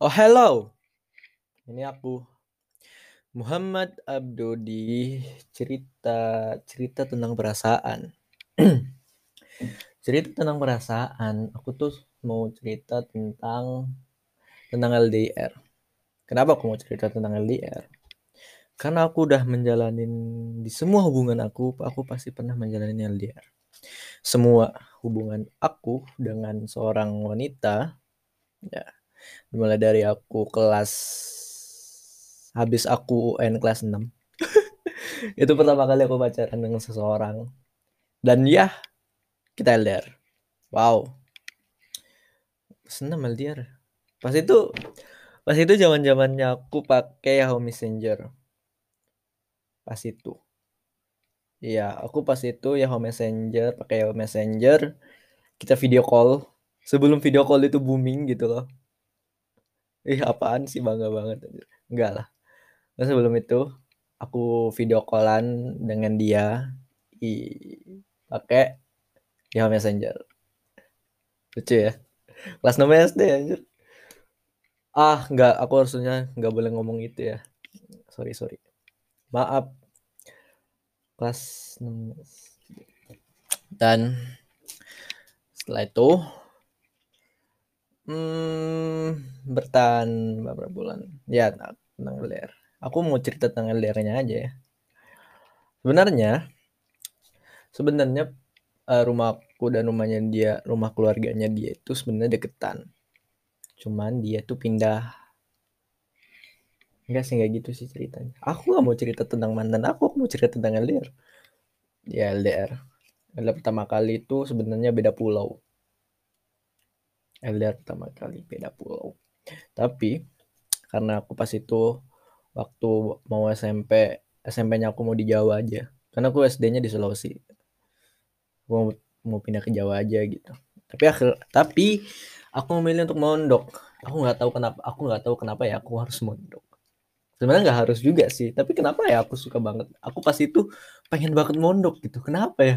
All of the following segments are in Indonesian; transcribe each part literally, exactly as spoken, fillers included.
Oh, hello. Ini aku Muhammad Abdo di cerita cerita tentang perasaan. Cerita tentang perasaan, aku tuh mau cerita tentang tentang L D R. Kenapa aku mau cerita tentang L D R? Karena aku udah menjalanin di semua hubungan aku, aku pasti pernah menjalani L D R. Semua hubungan aku dengan seorang wanita, ya, mulai dari aku kelas habis aku U N kelas enam. Itu pertama kali aku pacaran dengan seseorang. Dan ya, kita L D R. Wow, seneng L D R. Pas itu pas itu zaman-zamannya aku pakai Yahoo Messenger. Pas itu. Iya, aku pas itu Yahoo Messenger, pakai Yahoo Messenger, kita video call. Sebelum video call itu booming gitu loh. Ih, apaan sih, bangga banget. Enggak lah. Nah, sebelum itu aku video callan dengan dia i pakai Yahoo Messenger. Lucu ya. Kelas enam S D anjir. Ah, nggak, aku harusnya nggak boleh ngomong itu ya. Sorry, sorry. Maaf, kelas enam. Dan setelah itu, hmm, bertahan beberapa bulan. Ya, tentang L D R. Aku mau cerita tentang L D R-nya aja ya. Sebenarnya, sebenarnya eh, rumahku dan rumahnya dia, rumah keluarganya dia itu sebenarnya deketan. Cuman dia tuh pindah. Enggak sih, enggak gitu sih ceritanya. Aku nggak mau cerita tentang mantan aku, aku mau cerita tentang L D R. Ya, L D R. L D R pertama kali itu sebenarnya beda pulau. L D R pertama kali beda pulau. Tapi karena aku pas itu waktu mau S M P, S M P-nya aku mau di Jawa aja. Karena aku S D-nya di Sulawesi. Aku mau, mau pindah ke Jawa aja gitu. Tapi akhir tapi aku memilih untuk mondok. Aku nggak tahu kenapa. Aku nggak tahu kenapa ya aku harus mondok. Sebenarnya nggak harus juga sih. Tapi kenapa ya aku suka banget. Aku pas itu pengen banget mondok gitu. Kenapa ya?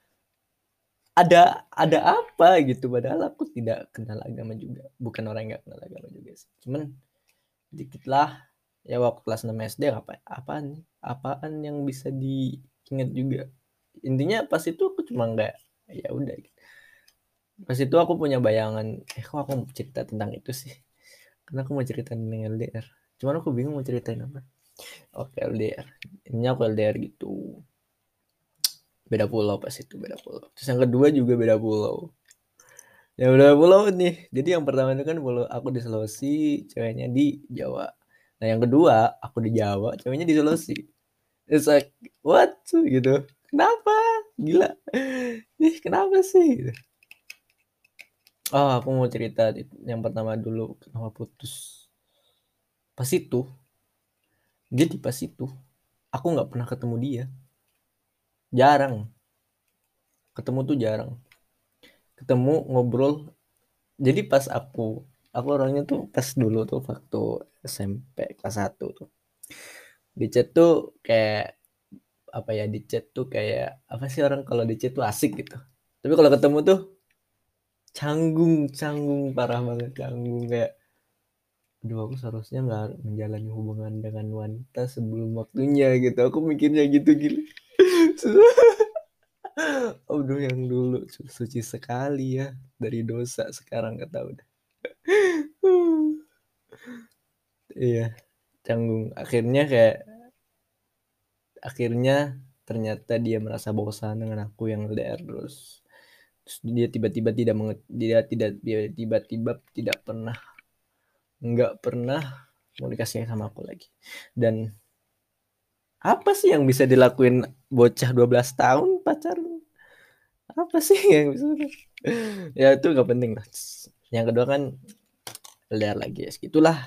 ada ada apa gitu, padahal aku tidak kenal agama juga, bukan orang yang nggak kenal agama juga sih, cuman dikit lah ya. Waktu kelas enam S D apa apaan apaan yang bisa diingat juga. Intinya pas itu aku cuma nggak, ya udah gitu. Pas itu aku punya bayangan, eh kok aku mau cerita tentang itu sih, karena aku mau cerita tentang L D R, cuman aku bingung mau ceritain apa. Oke, L D R, ini aku L D R gitu, beda pulau. Pas itu beda pulau, terus yang kedua juga beda pulau. Ya udah pulau nih. Jadi yang pertama itu kan pulau aku di Sulawesi, ceweknya di Jawa. Nah yang kedua aku di Jawa, ceweknya di Sulawesi. It's like what gitu. Kenapa? Gila. Ih, kenapa sih? Gitu. Oh, aku mau cerita yang pertama dulu kenapa putus. Pas itu, jadi pas itu aku nggak pernah ketemu dia. Jarang. Ketemu tuh jarang. Ketemu ngobrol. Jadi pas aku aku orangnya tuh pas dulu tuh waktu S M P kelas satu tuh. Di chat tuh kayak apa ya, di chat tuh kayak apa sih, orang kalau di chat tuh asik gitu. Tapi kalau ketemu tuh canggung, canggung parah banget, canggung kayak aduh, aku seharusnya nggak menjalani hubungan dengan wanita sebelum waktunya gitu. Aku mikirnya gitu, gila. Aduh, yang dulu suci sekali ya dari dosa, sekarang nggak tahu dah. Iya, canggung. Akhirnya kayak akhirnya ternyata dia merasa bosan dengan aku yang L D R terus. Terus dia tiba-tiba tidak menget, dia tidak dia tiba-tiba tidak pernah, nggak pernah mau dikasih sama aku lagi. Dan apa sih yang bisa dilakuin bocah dua belas tahun pacaran? Apa sih yang bisa? Ya itu nggak penting lah. Yang kedua kan L D R lagi ya, gitulah.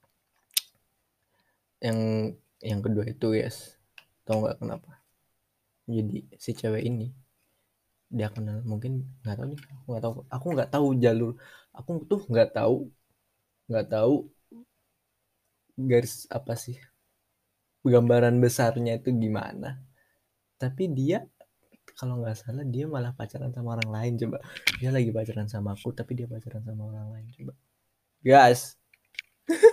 Yang yang kedua itu yes, tau nggak kenapa? Jadi si cewek ini dia kenal, mungkin nggak tahu nih, aku nggak tahu, aku nggak tahu jalur, aku tuh nggak tahu nggak tahu garis apa sih, gambaran besarnya itu gimana. Tapi dia kalau nggak salah dia malah pacaran sama orang lain. Coba, dia lagi pacaran sama aku tapi dia pacaran sama orang lain. Coba, guys,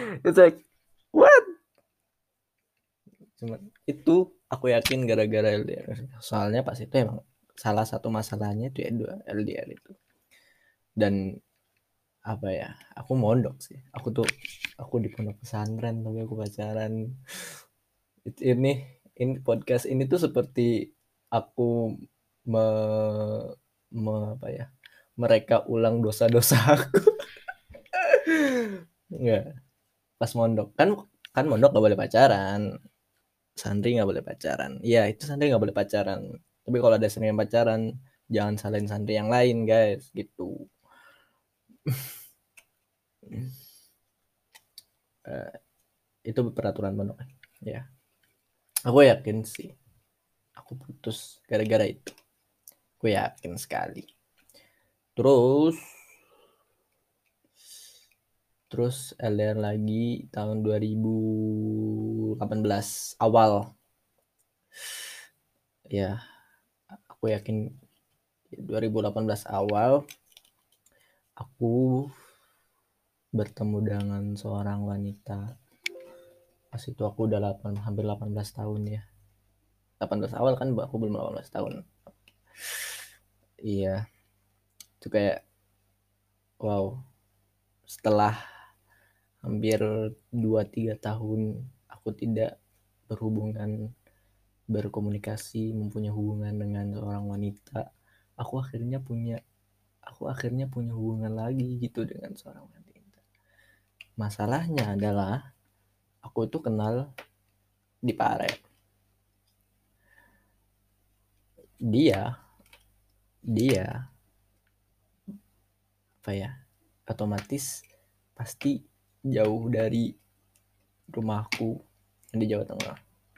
It's like what? Cuman itu aku yakin gara-gara L D R. Soalnya pas itu emang salah satu masalahnya itu ya dua L D R itu. Dan apa ya? Aku mondok sih. Aku tuh aku di pondok pesantren tapi aku pacaran. Ini ini podcast ini tuh seperti aku me, me apa ya? Mereka ulang dosa-dosa aku. Enggak. Pas mondok kan kan mondok gak boleh pacaran. Santri nggak boleh pacaran. Iya itu santri nggak boleh pacaran. Tapi kalau ada santri yang pacaran, jangan salahin santri yang lain guys, gitu. uh, itu peraturan pondok. Ya, aku yakin sih. Aku putus gara-gara itu. Aku yakin sekali. Terus, terus L D R lagi tahun dua ribu delapan belas awal. Ya, aku yakin dua ribu delapan belas awal aku bertemu dengan seorang wanita. Pas itu aku udah delapan, hampir delapan belas tahun ya. delapan belas awal kan aku belum delapan belas tahun. Iya, itu kayak wow. Setelah hampir dua tiga tahun aku tidak berhubungan, berkomunikasi, mempunyai hubungan dengan seorang wanita, aku akhirnya punya aku akhirnya punya hubungan lagi gitu dengan seorang wanita. Masalahnya adalah aku itu kenal di Pare. Dia dia apa ya? Otomatis pasti jauh dari rumahku di Jawa Tengah.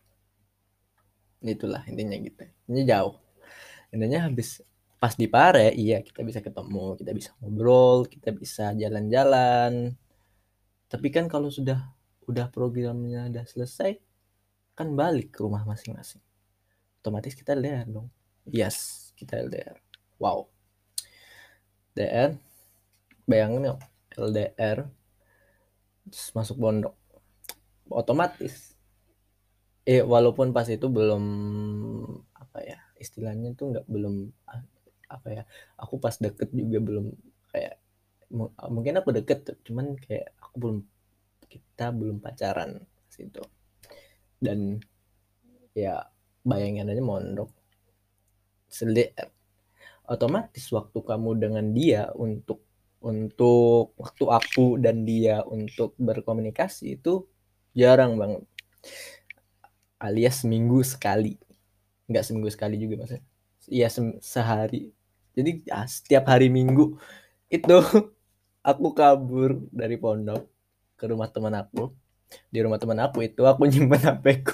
Itulah intinya gitu. Ini jauh. Intinya habis pas di Pare, iya kita bisa ketemu, kita bisa ngobrol, kita bisa jalan-jalan. Tapi kan kalau sudah udah programnya udah selesai, kan balik ke rumah masing-masing. Otomatis kita L D R dong. Yes, kita L D R. Wow. L D R, bayangin yuk, L D R terus masuk pondok. Otomatis eh walaupun pas itu belum apa ya istilahnya tuh nggak belum apa ya aku pas deket juga belum kayak mungkin aku deket cuman kayak aku belum kita belum pacaran pas itu. Dan ya bayangin aja mondok L D R otomatis waktu kamu dengan dia untuk untuk waktu aku dan dia untuk berkomunikasi itu jarang banget, alias seminggu sekali. Nggak seminggu sekali juga maksudnya. Iya se- sehari. Jadi ya, setiap hari Minggu itu aku kabur dari pondok ke rumah teman aku. Di rumah teman aku itu aku nyimpen H P-ku.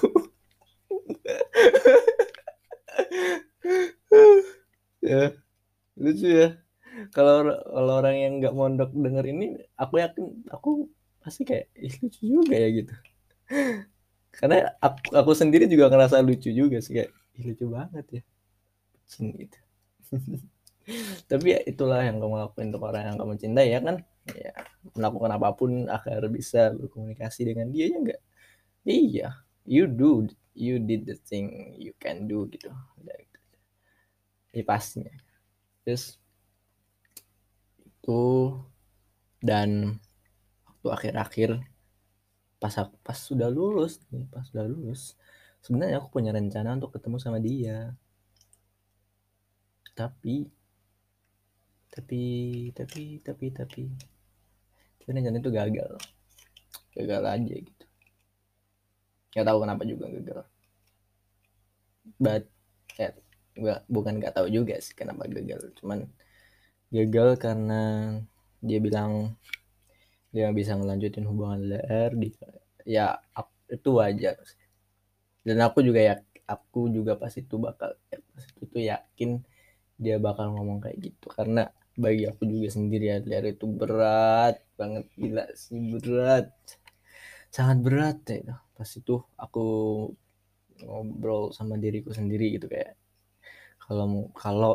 Ya, lucu ya. Kalau kalau orang yang nggak mondok denger ini, aku yakin aku pasti kayak ih, lucu juga ya gitu. Karena aku, aku sendiri juga ngerasa lucu juga sih kayak ih, lucu banget ya. Cing gitu. Tapi ya itulah yang kamu lakuin untuk orang yang kamu cintai ya kan, ya melakukan apapun agar bisa berkomunikasi dengan dia ya enggak. Iya, you do you did the thing you can do gitu. Ya pastinya terus itu. Dan waktu akhir-akhir pas aku pas sudah lulus nih pas sudah lulus sebenarnya aku punya rencana untuk ketemu sama dia, tapi tapi tapi tapi tapi tapi rencana itu gagal gagal aja gitu. Nggak tahu kenapa juga gagal. But ya, gak, bukan nggak tahu juga sih kenapa gagal. Cuman gagal karena dia bilang dia bisa ngelanjutin hubungan L D R di ya itu wajar sih. Dan aku juga ya aku juga pas itu bakal ya, pas itu tuh yakin dia bakal ngomong kayak gitu karena bagi aku juga sendiri L D R itu berat banget, gila sih berat, sangat berat ya. Pas itu aku ngobrol sama diriku sendiri gitu kayak kalau kalau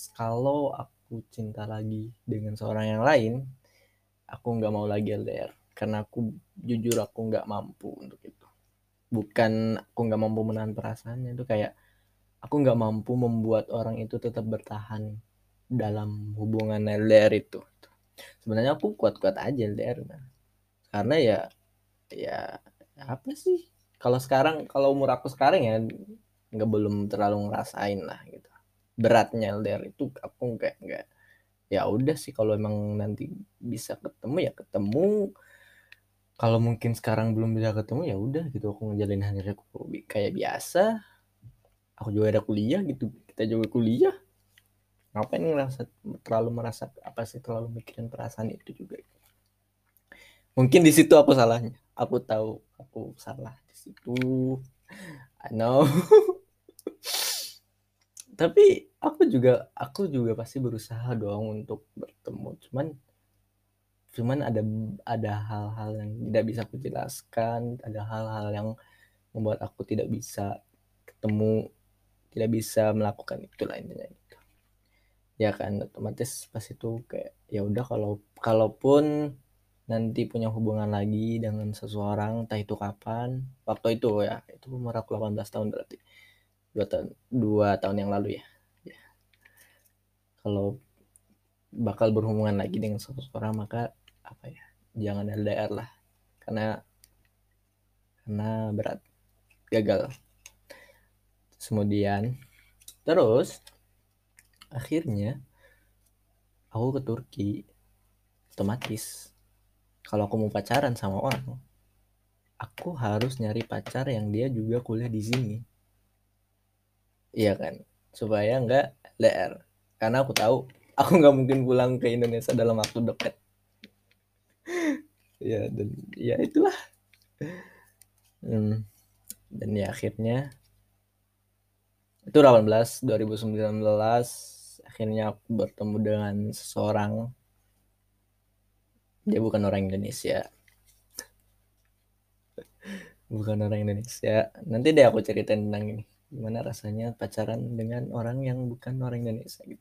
kalau aku cinta lagi dengan seorang yang lain, aku nggak mau lagi L D R. karena aku jujur aku nggak mampu untuk itu. Bukan aku nggak mampu menahan perasaannya, itu kayak aku nggak mampu membuat orang itu tetap bertahan dalam hubungan L D R itu. Sebenarnya aku kuat-kuat aja L D R, nah. Karena ya ya apa sih, kalau sekarang, kalau umur aku sekarang ya nggak, belum terlalu ngerasain lah gitu beratnya L D R itu. Aku kayak nggak, ya udah sih, kalau emang nanti bisa ketemu ya ketemu, kalau mungkin sekarang belum bisa ketemu ya udah gitu, aku ngejalin hari aku kayak biasa. Aku juga ada kuliah gitu, kita juga kuliah, ngapain ngerasa terlalu merasa apa sih, terlalu mikirin perasaan itu juga. Mungkin di situ aku salahnya, aku tahu aku salah di situ, I know. Tapi aku juga aku juga pasti berusaha dong untuk bertemu, cuman cuman ada ada hal-hal yang tidak bisa aku jelaskan, ada hal-hal yang membuat aku tidak bisa ketemu, tidak bisa melakukan itu lah intinya gitu. Ya kan, otomatis pas itu kayak ya udah, kalau kalaupun nanti punya hubungan lagi dengan seseorang, entah itu kapan, waktu itu ya, itu umur aku delapan belas tahun berarti dua tahun dua tahun yang lalu ya. Ya. Kalau bakal berhubungan lagi dengan seseorang, maka apa ya, jangan L D R lah, karena karena berat, gagal. Kemudian terus akhirnya aku ke Turki. Otomatis kalau aku mau pacaran sama orang, aku harus nyari pacar yang dia juga kuliah di sini. Iya kan, supaya nggak L D R, karena aku tahu aku nggak mungkin pulang ke Indonesia dalam waktu dekat. Ya, dan ya itulah. Hmm. Dan ya akhirnya itu delapan belas dua ribu sembilan belas akhirnya aku bertemu dengan seseorang. Dia bukan orang Indonesia. Bukan orang Indonesia. Nanti deh aku ceritain tentang ini, gimana rasanya pacaran dengan orang yang bukan orang Indonesia gitu.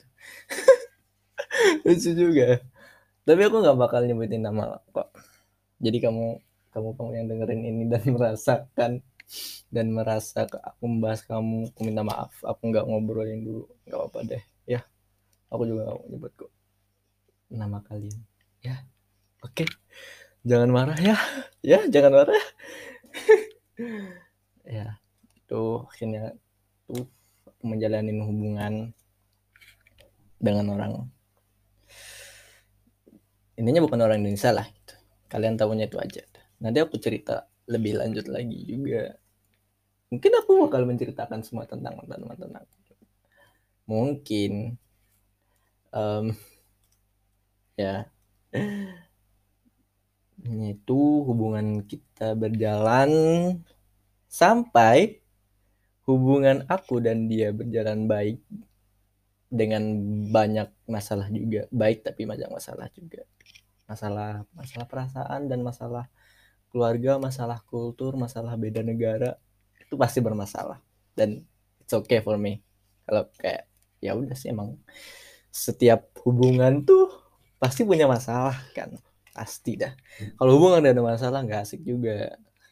Lucu juga. Tapi aku nggak bakal nyebutin nama kok. Jadi kamu kamu kamu yang dengerin ini dan merasakan, dan merasa aku membahas kamu, aku minta maaf. Aku nggak ngobrolin dulu, nggak apa-apa deh. Ya, aku juga nggak mau nyebut kok nama kalian. Ya, oke. Okay. Jangan marah ya. Ya, jangan marah. Ya, itu akhirnya tuh aku menjalani hubungan dengan orang, intinya bukan orang Indonesia lah gitu. Kalian tahunya itu aja. Nanti aku cerita lebih lanjut lagi juga. Mungkin aku bakal menceritakan semua tentang mantan-mantan aku. Mungkin um, ya itu hubungan kita berjalan sampai hubungan aku dan dia berjalan baik, dengan banyak masalah juga, baik tapi banyak masalah juga, masalah masalah perasaan dan masalah keluarga, masalah kultur, masalah beda negara, itu pasti bermasalah. Dan it's okay for me kalau kayak ya udah sih, emang setiap hubungan tuh pasti punya masalah kan, pasti dah. Kalau hubungan gak ada masalah nggak asik juga.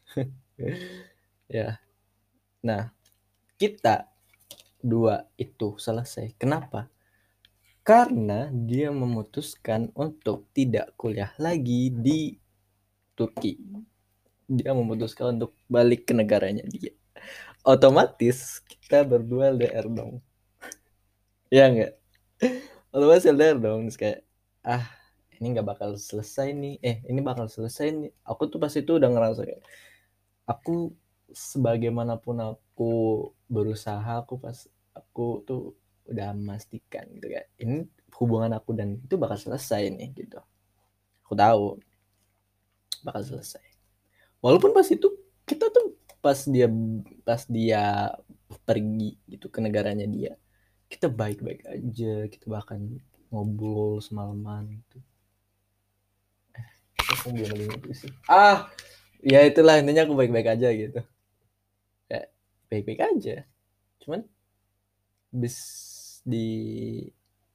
Ya, nah kita dua itu selesai. Kenapa? Karena dia memutuskan untuk tidak kuliah lagi di Turki. Dia memutuskan untuk balik ke negaranya dia. Otomatis kita berdua L D R dong. Ya enggak? Otomatis L D R dong. Terus kayak, ah ini nggak bakal selesai nih. Eh ini bakal selesai nih. Aku tuh pas itu udah ngerasa kayak, aku sebagaimanapun aku berusaha, aku pas aku tuh udah memastikan gitu kayak, ini hubungan aku dan itu bakal selesai nih gitu. Aku tahu bakal selesai. Walaupun pas itu kita tuh pas dia pas dia pergi gitu ke negaranya dia, kita baik-baik aja, kita bahkan ngobrol semalaman gitu. Eh, aku belum itu sih. Ah, ya itulah intinya, aku baik-baik aja gitu. Kayak baik-baik aja. Cuman bis di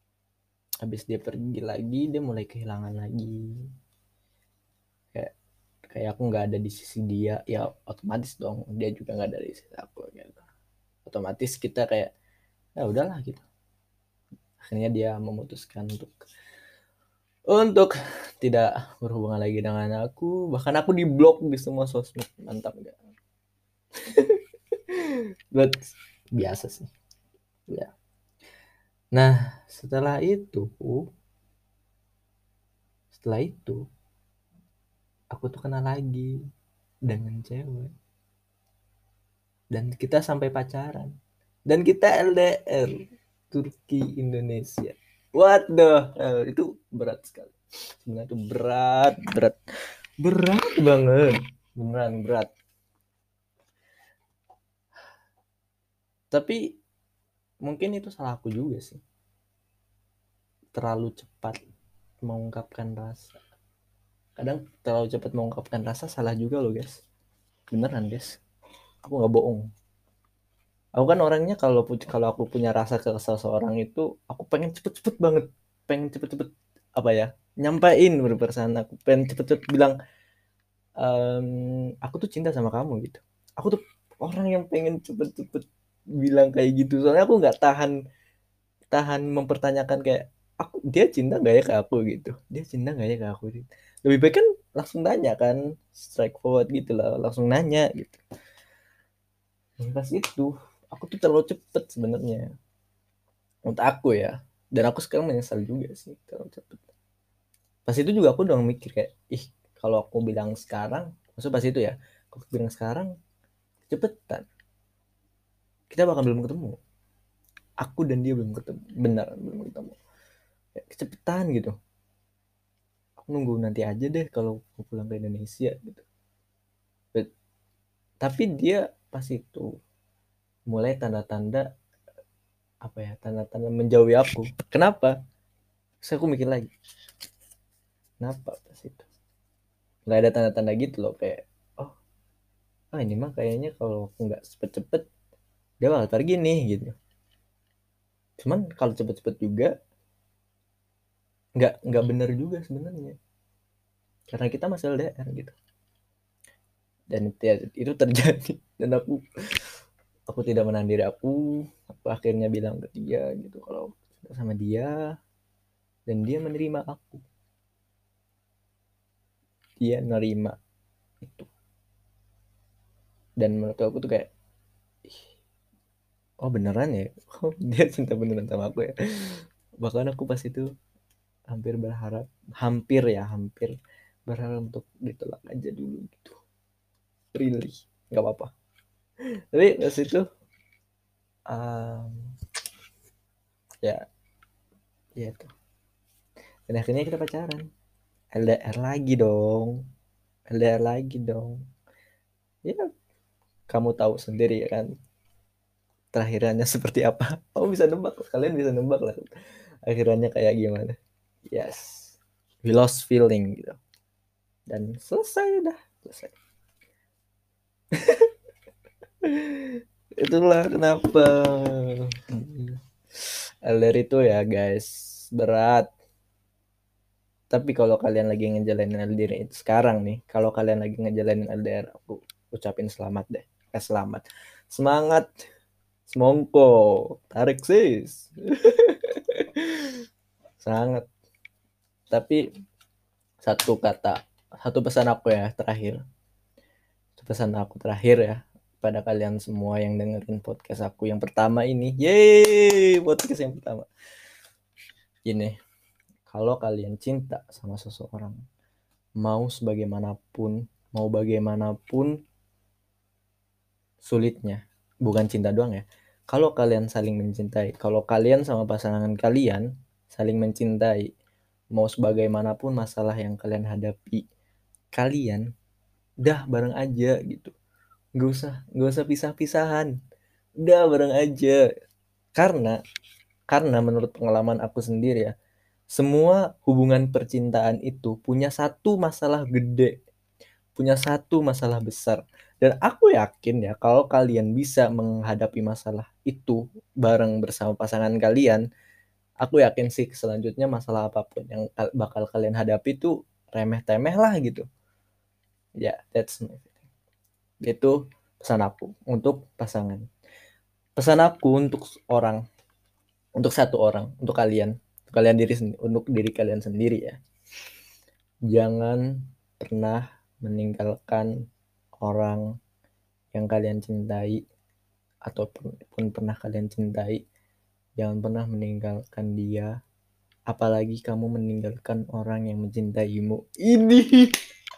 habis dia pergi lagi, dia mulai kehilangan lagi. Kayak kayak aku nggak ada di sisi dia, ya otomatis dong dia juga nggak ada di sisi aku gitu. Otomatis kita kayak ya udahlah gitu. Akhirnya dia memutuskan untuk untuk tidak berhubungan lagi dengan aku, bahkan aku diblok di semua sosmed. Mantap nggak? But biasa sih ya. Nah setelah itu setelah itu aku tuh kenal lagi dengan cewek dan kita sampai pacaran dan kita L D R Turki Indonesia. What the hell, itu berat sekali sebenarnya, itu berat berat berat banget, beneran berat. Tapi mungkin itu salah aku juga sih, terlalu cepat mengungkapkan rasa. Kadang terlalu cepat mengungkapkan rasa salah juga loh guys, beneran guys, aku nggak bohong. Aku kan orangnya kalau kalau aku punya rasa ke seseorang itu aku pengen cepet-cepet banget, pengen cepet-cepet apa ya, nyampein berperasaan, aku pengen cepet-cepet bilang ehm, aku tuh cinta sama kamu gitu. Aku tuh orang yang pengen cepet-cepet bilang kayak gitu, soalnya aku nggak tahan tahan mempertanyakan kayak aku dia cinta nggak ya ke aku gitu, dia cinta nggak ya ke aku gitu. Lebih baik kan langsung nanya kan, strike forward gitu lah, langsung nanya gitu. Dan pas itu aku tuh terlalu cepet sebenarnya untuk aku ya, dan aku sekarang menyesal juga sih terlalu cepet. Pas itu juga aku udah mikir kayak ih, kalau aku bilang sekarang, maksud pas itu ya, kalau aku bilang sekarang cepetan kita bakal belum ketemu, aku dan dia belum ketemu, benar belum ketemu, kayak kecepetan gitu. Aku nunggu nanti aja deh kalau aku pulang ke Indonesia gitu. But, tapi dia pas itu mulai tanda-tanda apa ya, tanda-tanda menjauhi aku. Kenapa? Terus aku mikir lagi, kenapa pas itu nggak ada tanda-tanda gitu loh, kayak oh ah ini mah kayaknya kalau aku nggak cepet-cepet dia bakal pergi nih gitu. Cuman kalau cepet-cepet juga nggak nggak bener juga sebenarnya, karena kita masih L D R gitu. Dan itu, itu terjadi dan aku aku tidak menahan diri aku aku akhirnya bilang ke dia gitu kalau sudah sama dia, dan dia menerima aku, dia nerima itu. Dan menurut aku tuh kayak oh beneran ya, oh dia cinta beneran sama aku ya. Bahkan aku pas itu hampir berharap, hampir ya hampir berharap untuk ditolak aja dulu gitu, really nggak apa-apa. Tapi pas itu um, ya ya itu, dan akhirnya kita pacaran. L D R lagi dong, L D R lagi dong ya, kamu tahu sendiri ya kan terakhirannya seperti apa. Oh bisa nebak, kalian bisa nebak lah akhirannya kayak gimana. Yes, we lost feeling gitu, dan selesai udah selesai. Itulah kenapa L D R itu ya guys berat. Tapi kalau kalian lagi ngejalanin L D R sekarang nih, kalau kalian lagi ngejalanin L D R, aku ucapin selamat deh. Eh selamat. Semangat. Semongko. Tarik sis. Sangat. Tapi satu kata, satu pesan aku ya terakhir. Satu pesan aku terakhir ya pada kalian semua yang dengerin podcast aku yang pertama ini. Yeay, podcast yang pertama. Ini, kalau kalian cinta sama seseorang, mau sebagaimanapun, mau bagaimanapun sulitnya, bukan cinta doang ya. Kalau kalian saling mencintai, kalau kalian sama pasangan kalian saling mencintai, mau sebagaimanapun masalah yang kalian hadapi, kalian udah bareng aja gitu. Gak usah, gak usah pisah-pisahan. Udah bareng aja. Karena, karena menurut pengalaman aku sendiri ya, semua hubungan percintaan itu punya satu masalah gede, punya satu masalah besar. Dan aku yakin ya kalau kalian bisa menghadapi masalah itu bareng bersama pasangan kalian, aku yakin sih selanjutnya masalah apapun yang bakal kalian hadapi itu remeh-temeh lah gitu. Ya, yeah, that's my feeling. Itu pesan aku untuk pasangan. Pesan aku untuk orang, untuk satu orang, untuk kalian, untuk kalian diri untuk diri kalian sendiri ya. Jangan pernah meninggalkan orang yang kalian cintai ataupun pernah kalian cintai. Jangan pernah meninggalkan dia, apalagi kamu meninggalkan orang yang mencintaimu. Ini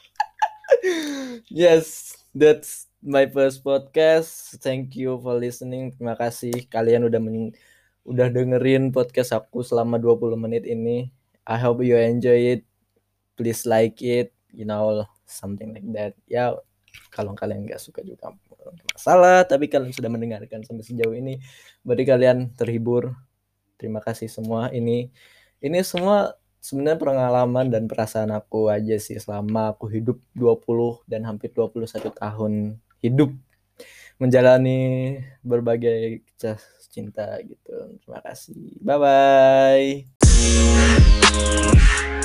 yes, that's my first podcast. Thank you for listening. Terima kasih kalian udah men- udah dengerin podcast aku selama dua puluh menit ini. I hope you enjoy it. Please like it, you know, something like that. Ya, kalau kalian nggak suka juga masalah, tapi kalian sudah mendengarkan sampai sejauh ini, berarti kalian terhibur. Terima kasih semua. Ini ini semua sebenarnya pengalaman dan perasaan aku aja sih selama aku hidup dua puluh dan hampir dua puluh satu tahun hidup menjalani berbagai kisah cinta gitu. Terima kasih. Bye bye.